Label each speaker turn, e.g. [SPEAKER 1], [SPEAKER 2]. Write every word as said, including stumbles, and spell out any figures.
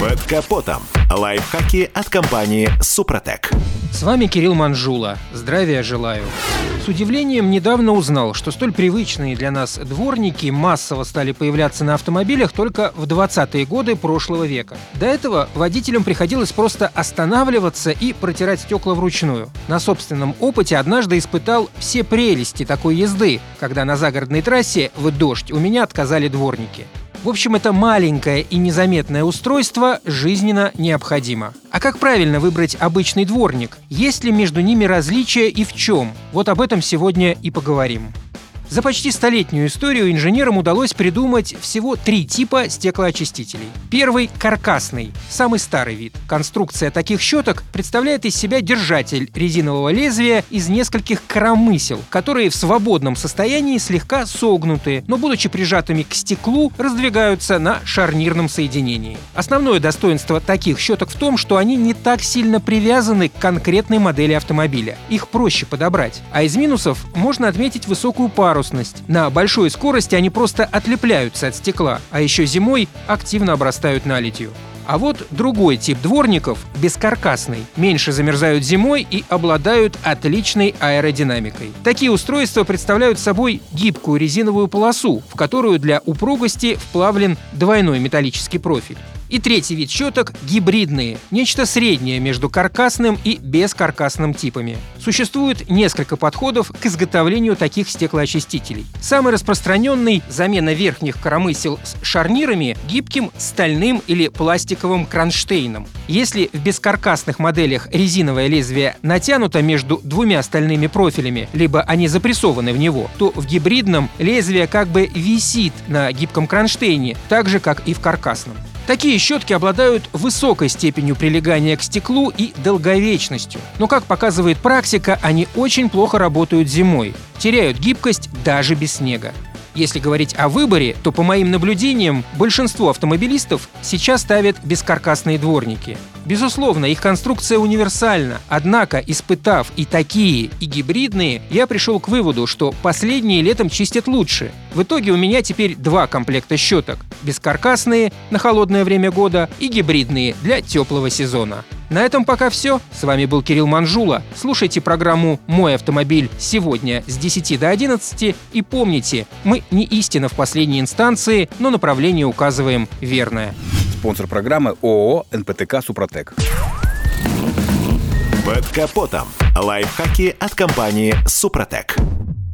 [SPEAKER 1] Под капотом. Лайфхаки от компании «Супротек».
[SPEAKER 2] С вами Кирилл Манжула. Здравия желаю. С удивлением недавно узнал, что столь привычные для нас дворники массово стали появляться на автомобилях только в двадцатые годы прошлого века. До этого водителям приходилось просто останавливаться и протирать стекла вручную. На собственном опыте однажды испытал все прелести такой езды, когда на загородной трассе в дождь у меня отказали дворники. В общем, это маленькое и незаметное устройство жизненно необходимо. А как правильно выбрать обычный дворник? Есть ли между ними различия и в чем? Вот об этом сегодня и поговорим. За почти столетнюю историю инженерам удалось придумать всего три типа стеклоочистителей. Первый – каркасный, самый старый вид. Конструкция таких щеток представляет из себя держатель резинового лезвия из нескольких коромысел, которые в свободном состоянии слегка согнуты, но, будучи прижатыми к стеклу, раздвигаются на шарнирном соединении. Основное достоинство таких щеток в том, что они не так сильно привязаны к конкретной модели автомобиля. Их проще подобрать. А из минусов можно отметить высокую пару. На большой скорости они просто отлепляются от стекла, а еще зимой активно обрастают наледью. А вот другой тип дворников, бескаркасный, меньше замерзают зимой и обладают отличной аэродинамикой. Такие устройства представляют собой гибкую резиновую полосу, в которую для упругости вплавлен двойной металлический профиль. И третий вид щеток – гибридные, нечто среднее между каркасным и бескаркасным типами. Существует несколько подходов к изготовлению таких стеклоочистителей. Самый распространенный – замена верхних коромысел с шарнирами гибким стальным или пластиковым кронштейном. Если в бескаркасных моделях резиновое лезвие натянуто между двумя стальными профилями, либо они запрессованы в него, то в гибридном лезвие как бы висит на гибком кронштейне, так же, как и в каркасном. Такие щетки обладают высокой степенью прилегания к стеклу и долговечностью. Но, как показывает практика, они очень плохо работают зимой, теряют гибкость даже без снега. Если говорить о выборе, то, по моим наблюдениям, большинство автомобилистов сейчас ставят бескаркасные дворники. Безусловно, их конструкция универсальна, однако, испытав и такие, и гибридные, я пришел к выводу, что последние летом чистят лучше. В итоге у меня теперь два комплекта щеток – бескаркасные на холодное время года и гибридные для теплого сезона. На этом пока все. С вами был Кирилл Манжула. Слушайте программу «Мой автомобиль» сегодня с десяти до одиннадцати. И помните, мы не истина в последней инстанции, но направление указываем верное.
[SPEAKER 3] Спонсор программы ООО «эн пэ тэ ка Супротек».
[SPEAKER 1] Под капотом. Лайфхаки от компании «Супротек».